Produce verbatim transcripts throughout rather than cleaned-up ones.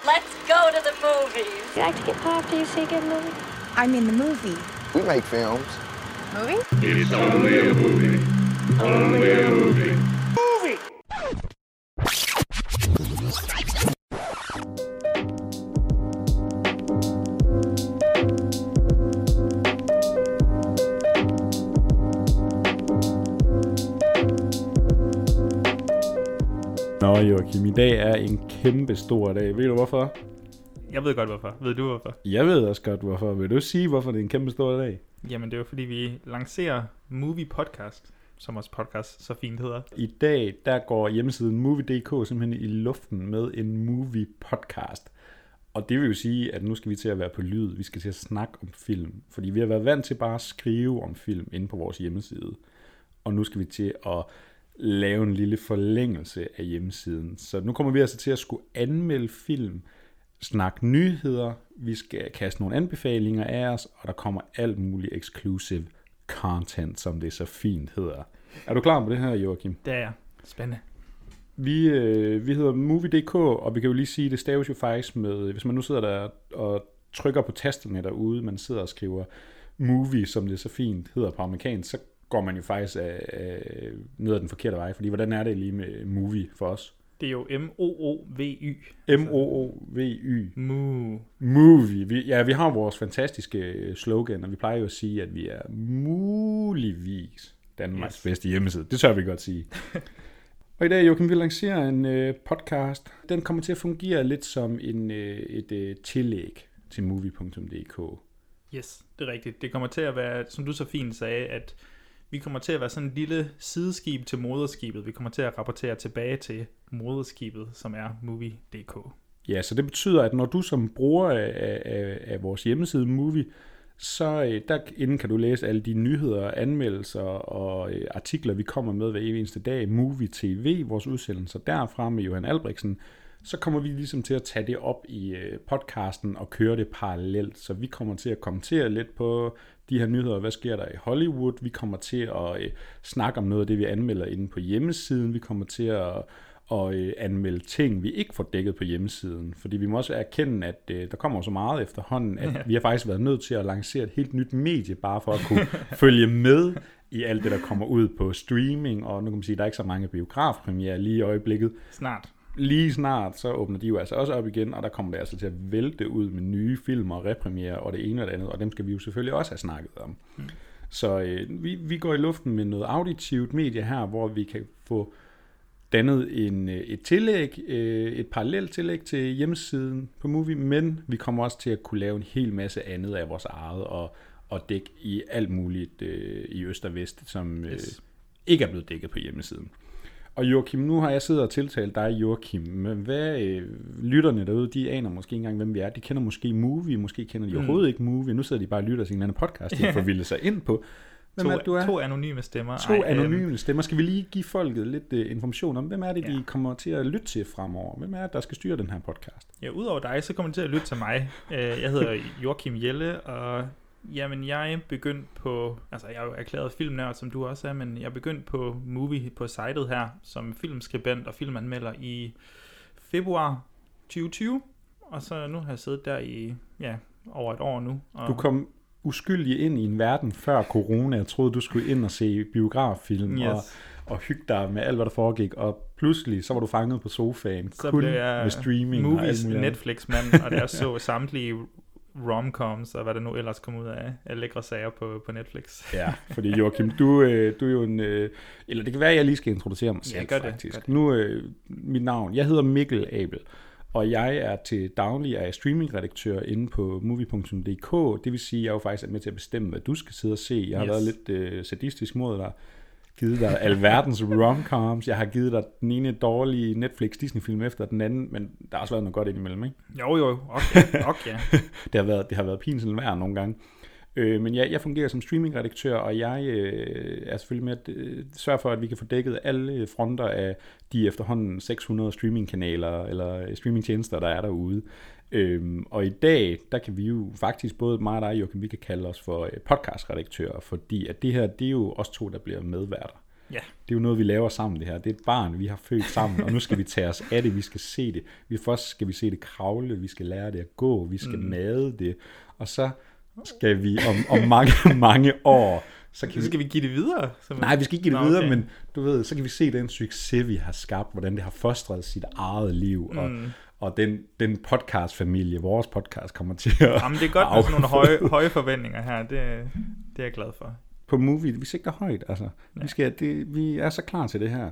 Let's go to the movies. You like to get pop? Do you see a good movie? I mean the movie. We make films. Movie? It's only a movie. Only a movie. Movie! Nå Joachim, i dag er en kæmpe stor dag. Ved du hvorfor? Jeg ved godt hvorfor. Ved du hvorfor? Jeg ved også godt hvorfor. Vil du sige, hvorfor det er en kæmpe stor dag? Jamen det er jo fordi vi lancerer Movie Podcast, som vores podcast så fint hedder. I dag, der går hjemmesiden movie punktum d k simpelthen i luften med en movie podcast. Og det vil jo sige, at nu skal vi til at være på lyd. Vi skal til at snakke om film. Fordi vi har været vant til bare at skrive om film inde på vores hjemmeside. Og nu skal vi til at lave en lille forlængelse af hjemmesiden. Så nu kommer vi altså til at skulle anmelde film, snakke nyheder, vi skal kaste nogle anbefalinger af os, og der kommer alt muligt exclusive content, som det så fint hedder. Er du klar på det her, Joachim? Det er jeg. Spændende. Vi, øh, vi hedder movie punktum d k, og vi kan jo lige sige, det staves jo faktisk med, hvis man nu sidder der og trykker på tasterne derude, man sidder og skriver movie, som det så fint hedder på amerikansk, så går man jo faktisk af, af, ned ad den forkerte vej, fordi hvordan er det lige med movie for os? Det er jo M O O V Y. M O O V Y. Moo. Movie. Vi, ja, vi har vores fantastiske slogan, og vi plejer jo at sige, at vi er muligvis Danmarks yes. bedste hjemmeside. Det tør vi godt sige. Og i dag, Joachim, vi lancerer en øh, podcast. Den kommer til at fungere lidt som en, øh, et øh, tillæg til movie punktum d k. Yes, det er rigtigt. Det kommer til at være, som du så fint sagde, at vi kommer til at være sådan et lille sideskib til moderskibet. Vi kommer til at rapportere tilbage til moderskibet, som er movie punktum d k. Ja, så det betyder, at når du som bruger af, af, af vores hjemmeside Movie, så derinde kan du læse alle de nyheder, anmeldelser og øh, artikler, vi kommer med hver eneste dag. Movie T V, vores udsendelser derfra med Johan Albrechtsen. Så kommer vi ligesom til at tage det op i øh, podcasten og køre det parallelt. Så vi kommer til at kommentere lidt på de her nyheder. Hvad sker der i Hollywood? Vi kommer til at øh, snakke om noget af det, vi anmelder inde på hjemmesiden. Vi kommer til at og øh, anmelde ting, vi ikke får dækket på hjemmesiden. Fordi vi må også erkende, at øh, der kommer så meget efterhånden, at vi har faktisk været nødt til at lancere et helt nyt medie, bare for at kunne følge med i alt det, der kommer ud på streaming. Og nu kan man sige, at der er ikke så mange biografpremierer lige i øjeblikket. Snart. Lige snart, så åbner de jo altså også op igen, og der kommer det altså til at vælte ud med nye film og repremierer og det ene og det andet, og dem skal vi jo selvfølgelig også have snakket om. Mm. Så øh, vi, vi går i luften med noget auditivt medie her, hvor vi kan få dannet en, et tillæg, et parallelt tillæg til hjemmesiden på Movie, men vi kommer også til at kunne lave en hel masse andet af vores eget, og, og dække i alt muligt øh, i øst og vest, som yes. øh, ikke er blevet dækket på hjemmesiden. Og Joachim, nu har jeg siddet og tiltalt dig, Joachim, men hvad øh, lytterne derude, de aner måske ikke engang, hvem vi er. De kender måske Movie, måske kender de mm. overhovedet ikke Movie. Nu sidder de bare og lytter til en eller anden podcast, de får vildt sig ind på. Hvem to, er det, du er? To anonyme stemmer. To Ej, anonyme øhm, stemmer. Skal vi lige give folket lidt uh, information om, hvem er det, ja. de kommer til at lytte til fremover? Hvem er det, der skal styre den her podcast? Ja, udover dig, så kommer de til at lytte til mig. Jeg hedder Joachim Jelle, og jamen, jeg begyndte på, altså jeg er jo erklæret filmnørd, som du også er, men jeg begyndte på Movie på sitet her, som filmskribent og filmanmelder i februar tyve tyve, og så nu har jeg siddet der i, ja, over et år nu. Og du kom uskyldig ind i en verden før corona. Jeg troede, du skulle ind og se biograffilm yes. og, og hygge dig med alt, hvad der foregik. Og pludselig, så var du fanget på sofaen. Så kun blev jeg med streaming movies Netflix-mand, og der så samtlige romcoms og hvad der nu ellers kom ud af, af lækre sager på, på Netflix. Ja, fordi Joachim, du, du er jo en... Eller det kan være, at jeg lige skal introducere mig selv, ja, faktisk. Det, det. Nu, mit navn, jeg hedder Mikkel Abel. Og jeg er til daglig af streamingredaktør inde på movie punktum d k. Det vil sige, at jeg er jo faktisk med til at bestemme, hvad du skal sidde og se. Jeg har yes. været lidt øh, sadistisk mod dig. Givet dig alverdens romcoms. Jeg har givet dig den ene dårlige Netflix Disney-film efter den anden. Men der har også været noget godt indimellem, ikke? Jo, jo. Okay, okay. det, har været, det har været pinselt værd nogle gange. Øh, men ja, jeg fungerer som streamingredaktør, og jeg øh, er selvfølgelig med at øh, sørge for, at vi kan få dækket alle fronter af de efterhånden seks hundrede streamingkanaler eller streamingtjenester, der er derude. Øhm, og i dag, der kan vi jo faktisk, både mig og dig, Joachim, vi kan kalde os for podcastredaktører, fordi at det her, det er jo os to, der bliver medværter. Ja. Det er jo noget, vi laver sammen, det her. Det er et barn, vi har født sammen, og nu skal vi tage os af det, vi skal se det. Vi først skal vi se det kravle, vi skal lære det at gå, vi skal mm. made det, og så skal vi om, om mange, mange år... Så kan skal vi, vi give det videre? Man... Nej, vi skal ikke give det Nå, videre, okay. men du ved, så kan vi se den succes, vi har skabt, hvordan det har fostret sit eget liv, mm. og, og den, den podcastfamilie, vores podcast kommer til at... Jamen, det er godt med sådan nogle høje, høje forventninger her, det, det er jeg glad for. På movie, vi sigter højt, altså. Ja. Vi, skal, det, vi er så klar til det her.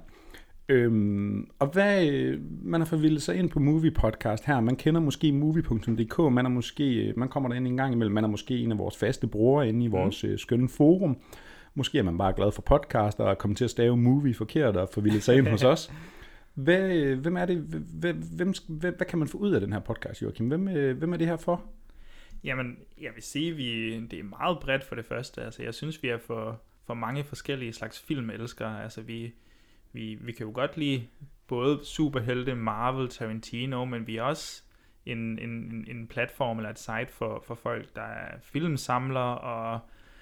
Øhm, og hvad, man har forvildet sig ind på Movie Podcast her, man kender måske movie punktum d k, man er måske, man kommer derinde en gang imellem, man er måske en af vores faste brugere inde i vores mm. skønne forum, måske er man bare glad for podcaster og kommer til at stave movie forkert og forvildet sig ind hos os. Hvad, hvem er det, hvem, hvem, hvem, hvad kan man få ud af den her podcast, Joachim? Hvem, hvem er det her for? Jamen, jeg vil sige, at vi, det er meget bredt for det første, altså jeg synes, vi er for, for mange forskellige slags filmelskere, altså vi Vi, vi kan jo godt lide både superhelte, Marvel, Tarantino, men vi er også en, en, en platform eller et site for, for folk, der er filmsamlere, og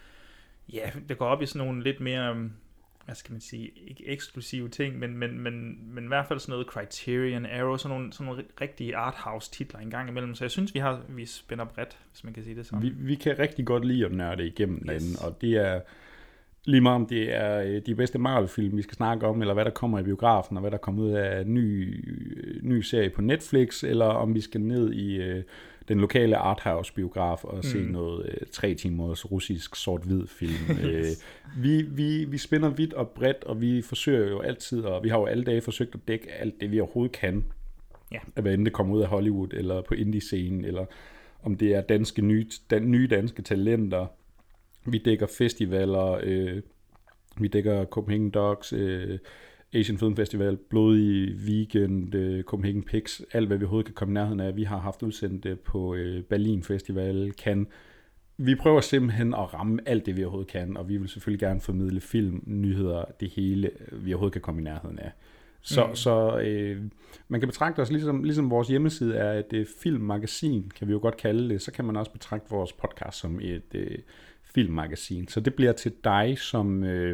ja, det går op i sådan nogle lidt mere, hvad skal man sige, ikke eksklusive ting, men, men, men, men i hvert fald sådan noget Criterion, Arrow, sådan nogle, sådan nogle rigtige arthouse titler en gang imellem, så jeg synes, vi har vi spænder bredt, hvis man kan sige det sådan. Vi, vi kan rigtig godt lide at nørde igennem yes. derinde, og det er... Lige meget om det er de bedste Marvel-film, vi skal snakke om, eller hvad der kommer i biografen, og hvad der kommer ud af en ny, ny serie på Netflix, eller om vi skal ned i øh, den lokale arthouse-biograf og mm. se noget øh, tre timers russisk sort-hvid film. yes. øh, vi, vi, vi spænder vidt og bredt, og vi forsøger jo altid, og vi har jo alle dage forsøgt at dække alt det, vi overhovedet kan. Ja. Hvad end det kommer ud af Hollywood, eller på indie-scenen, eller om det er danske nye, dan, nye danske talenter. Vi dækker festivaler, øh, vi dækker Copenhagen Dogs, øh, Asian Film Festival, Blodig Weekend, øh, Copenhagen Pix, alt hvad vi overhovedet kan komme i nærheden af. Vi har haft udsendt det på øh, Berlin Festival, Cannes. Vi prøver simpelthen at ramme alt det, vi overhovedet kan, og vi vil selvfølgelig gerne formidle film, nyheder, det hele, vi overhovedet kan komme i nærheden af. Så, mm. så øh, man kan betragte os, ligesom, ligesom vores hjemmeside er et øh, filmmagasin, kan vi jo godt kalde det, så kan man også betragte vores podcast som et... Øh, filmmagasin. Så det bliver til dig, som øh,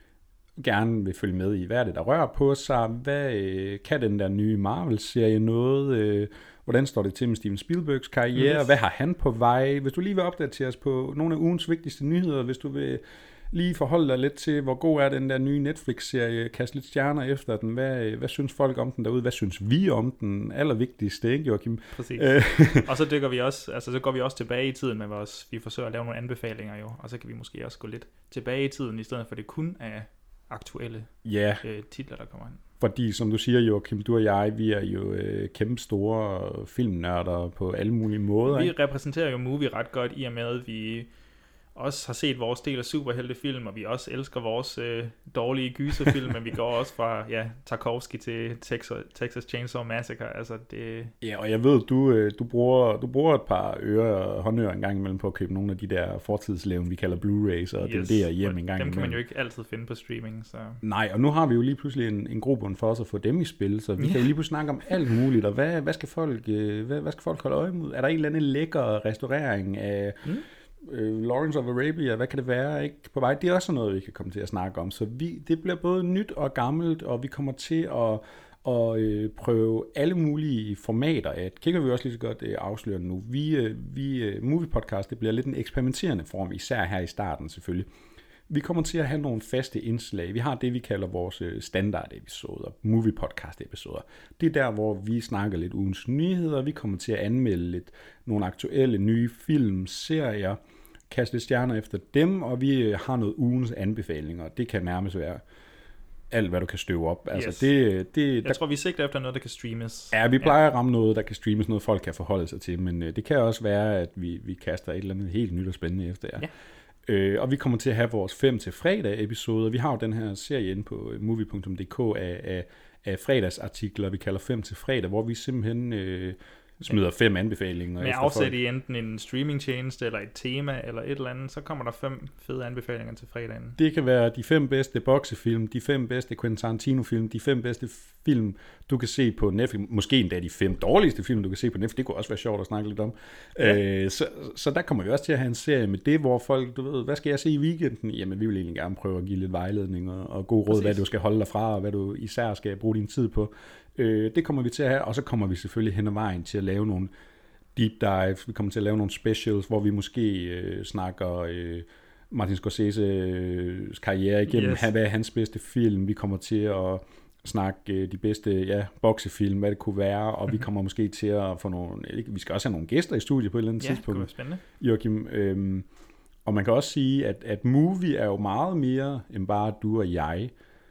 gerne vil følge med i, hvad er det, der rører på sig, hvad øh, kan den der nye Marvel-serie noget, øh, hvordan står det til med Steven Spielbergs karriere, yes. hvad har han på vej, hvis du lige vil opdatere os på nogle af ugens vigtigste nyheder, hvis du vil lige forholde dig lidt til, hvor god er den der nye Netflix-serie, kaste lidt stjerner efter den, hvad, hvad synes folk om den derude, hvad synes vi om den, allervigtigste, ikke Joachim? Præcis. Og så dykker vi også, altså så går vi også tilbage i tiden med vores, vi forsøger at lave nogle anbefalinger jo, og så kan vi måske også gå lidt tilbage i tiden, i stedet for det kun er aktuelle ja. øh, titler, der kommer ind. Fordi som du siger, Joachim, du og jeg, vi er jo øh, kæmpe store filmnørder på alle mulige måder. Vi ikke? repræsenterer jo movie ret godt, i og med at vi også har set vores del af superheltefilm, og vi også elsker vores øh, dårlige gyserfilm, men vi går også fra ja, Tarkovsky til Texas, Texas Chainsaw Massacre. Altså det... Ja, og jeg ved, du, øh, du, bruger, du bruger et par øre og håndører en gang imellem på at købe nogle af de der fortidslevn, vi kalder Blu-rays, og yes, det der hjem en gang dem imellem. Dem kan man jo ikke altid finde på streaming. Så. Nej, og nu har vi jo lige pludselig en, en grobund for os at få dem i spil, så vi yeah. kan jo lige pludselig snakke om alt muligt, og hvad, hvad, skal folk, øh, hvad, hvad skal folk holde øje med? Er der en eller anden lækker restaurering af... Mm. Uh, Lawrence of Arabia, hvad kan det være, ikke på vej? Det er også noget, vi kan komme til at snakke om. Så vi, det bliver både nyt og gammelt, og vi kommer til at, at øh, prøve alle mulige formater af. Det kan vi også lige så godt øh, afsløre nu. Vi, øh, vi øh, Movie Podcast, det bliver lidt en eksperimenterende form, især her i starten selvfølgelig. Vi kommer til at have nogle faste indslag. Vi har det, vi kalder vores standard-episoder, Movie Podcast-episoder. Det er der, hvor vi snakker lidt ugens nyheder. Vi kommer til at anmelde lidt nogle aktuelle nye film, serier, kaste lidt stjerner efter dem, og vi har noget ugens anbefalinger. Det kan nærmest være alt, hvad du kan støve op. Altså, yes. det, det, Jeg der, tror, vi sigter efter noget, der kan streames. Ja, vi plejer ja. at ramme noget, der kan streames, noget folk kan forholde sig til, men det kan også være, at vi, vi kaster et eller andet helt nyt og spændende efter jer. Ja. Øh, og vi kommer til at have vores fem til fredag episoder. Vi har jo den her serie inde på movie punktum d k af, af, af fredagsartikler, vi kalder fem til fredag, hvor vi simpelthen øh, smider fem anbefalinger med efter afsæt folk. i enten en streamingtjeneste, eller et tema, eller et eller andet, så kommer der fem fede anbefalinger til fredagen. Det kan være de fem bedste boksefilm, de fem bedste Quentin Tarantino-film, de fem bedste film, du kan se på Netflix. Måske endda de fem dårligste film, du kan se på Netflix. Det kunne også være sjovt at snakke lidt om. Ja. Øh, så, så der kommer vi også til at have en serie med det, hvor folk, du ved, hvad skal jeg se i weekenden? Jamen, vi vil egentlig gerne prøve at give lidt vejledning og, og god råd, Præcis. Hvad du skal holde dig fra, og hvad du især skal bruge din tid på. Øh, det kommer vi til at have, og så kommer vi selvfølgelig hen ad vejen til at lave nogle deep dives. Vi kommer til at lave nogle specials, hvor vi måske øh, snakker øh, Martin Scorsese's karriere igennem. Yes. Hvad er hans bedste film? Vi kommer til at snakke øh, de bedste ja, boksefilm, hvad det kunne være, og vi kommer måske til at få nogle... Vi skal også have nogle gæster i studiet på et eller andet ja, tidspunkt. Ja, det kunne være spændende. Joachim, øh, og man kan også sige, at, at movie er jo meget mere end bare du og jeg.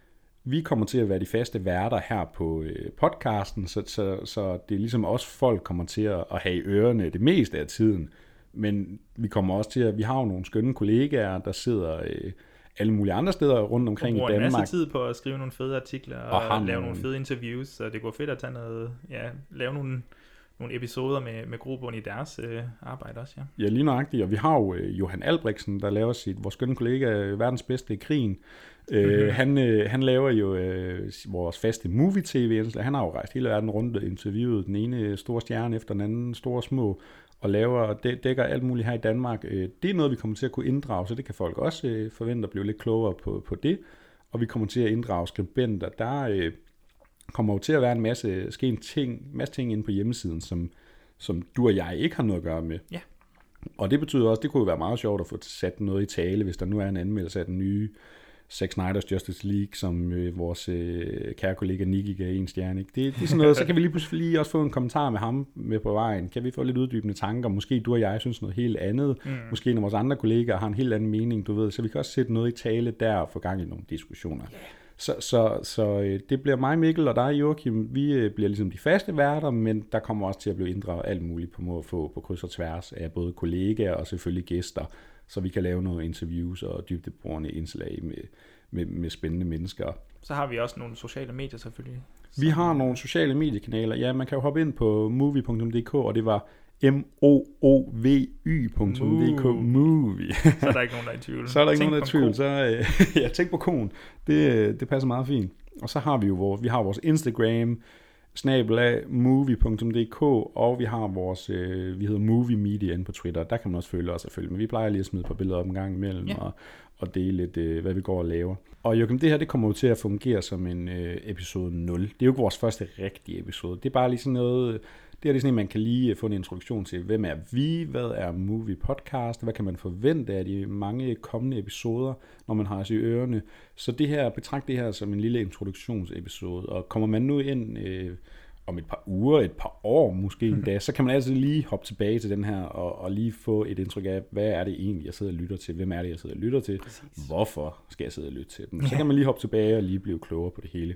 Vi kommer til at være de faste værter her på øh, podcasten, så, så, så det er ligesom også folk kommer til at, at have i ørerne det meste af tiden. Men vi kommer også til at, vi har jo nogle skønne kollegaer, der sidder øh, alle mulige andre steder rundt omkring i Danmark. Og bruger en masse tid på at skrive nogle fede artikler og, og lave nogle... nogle fede interviews, så det går fedt at tage noget, ja, lave nogle, nogle episoder med, med grobund i deres øh, arbejde også. Ja. ja, lige nøjagtigt. Og vi har jo øh, Johan Albrechtsen, der laver sit, vores skønne kollega, verdens bedste i krigen. Mm-hmm. Øh, han, øh, han laver jo øh, vores faste movie-tv. Han har jo rejst hele verden rundt og interviewet den ene store stjerne efter den anden, store små, og laver dækker alt muligt her i Danmark. Øh, det er noget, vi kommer til at kunne inddrage, så det kan folk også øh, forvente at blive lidt klogere på, på det. Og vi kommer til at inddrage skribenter. Der øh, kommer jo til at være en masse, ske en ting, masse ting inde på hjemmesiden, som, som du og jeg ikke har noget at gøre med. Ja. Og det betyder også, det kunne være meget sjovt at få sat noget i tale, hvis der nu er en anmeldelse af den nye Zack Snyder's Justice League, som øh, vores øh, kære kollega Nicky gav en stjerne. Ikke? Det, det er sådan noget, så kan vi lige pludselig lige også få en kommentar med ham med på vejen. Kan vi få lidt uddybende tanker? Måske du og jeg synes noget helt andet. Mm. Måske en af vores andre kollegaer har en helt anden mening, du ved. Så vi kan også sætte noget i tale der og få gang i nogle diskussioner. Yeah. Så, så, så øh, det bliver mig, Mikkel, og dig, Joachim. Vi øh, bliver ligesom de faste værter, men der kommer også til at blive inddraget alt muligt på måde at få på kryds og tværs af både kollegaer og selvfølgelig gæster, så vi kan lave nogle interviews og dybdeborende indslag med, med, med spændende mennesker. Så har vi også nogle sociale medier selvfølgelig. Vi har nogle sociale mediekanaler. Ja, man kan jo hoppe ind på movie punktum d k, og det var m o o v y punktum d k, movie. Så er der ikke nogen, der er i tvivl. Så er der ikke tænk nogen, der er i tvivl. Så, øh, ja, tænk på koen. Det, det passer meget fint. Og så har vi jo vores, vi har vores Instagram, snabelag movie punktum d k, og vi har vores, øh, vi hedder Movie Media inde på Twitter. Der kan man også følge os selvfølgelig, men vi plejer lige at smide et par billeder op en gang imellem, ja. og, og dele lidt, øh, hvad vi går og laver. Og Joachim, det her, det kommer jo til at fungere som en øh, episode nul. Det er jo ikke vores første rigtige episode. Det er bare lige sådan noget, det er lige sådan, at man kan lige få en introduktion til, hvem er vi, hvad er Movie Podcast, hvad kan man forvente af de mange kommende episoder, når man har os i ørerne. Så det her, betragt det her som en lille introduktionsepisode, og kommer man nu ind øh, om et par uger, et par år måske en dag, så kan man altså lige hoppe tilbage til den her, og, og lige få et indtryk af, hvad er det egentlig, jeg sidder og lytter til, hvem er det, jeg sidder og lytter til, Præcis. Hvorfor skal jeg sidde og lytte til dem. Så kan man lige hoppe tilbage og lige blive klogere på det hele.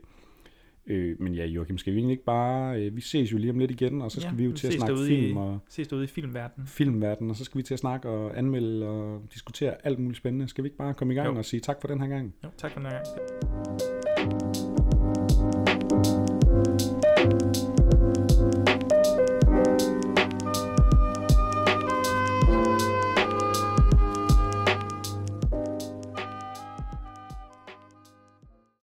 Øh, men ja, Joachim, skal vi egentlig ikke bare... Øh, vi ses jo lige om lidt igen, og så skal ja, vi jo til at snakke film og... Ses derude i filmverdenen. Filmverdenen, og så skal vi til at snakke og anmelde og diskutere alt muligt spændende. Skal vi ikke bare komme i gang jo. og sige tak for den her gang? Jo, tak for den her gang.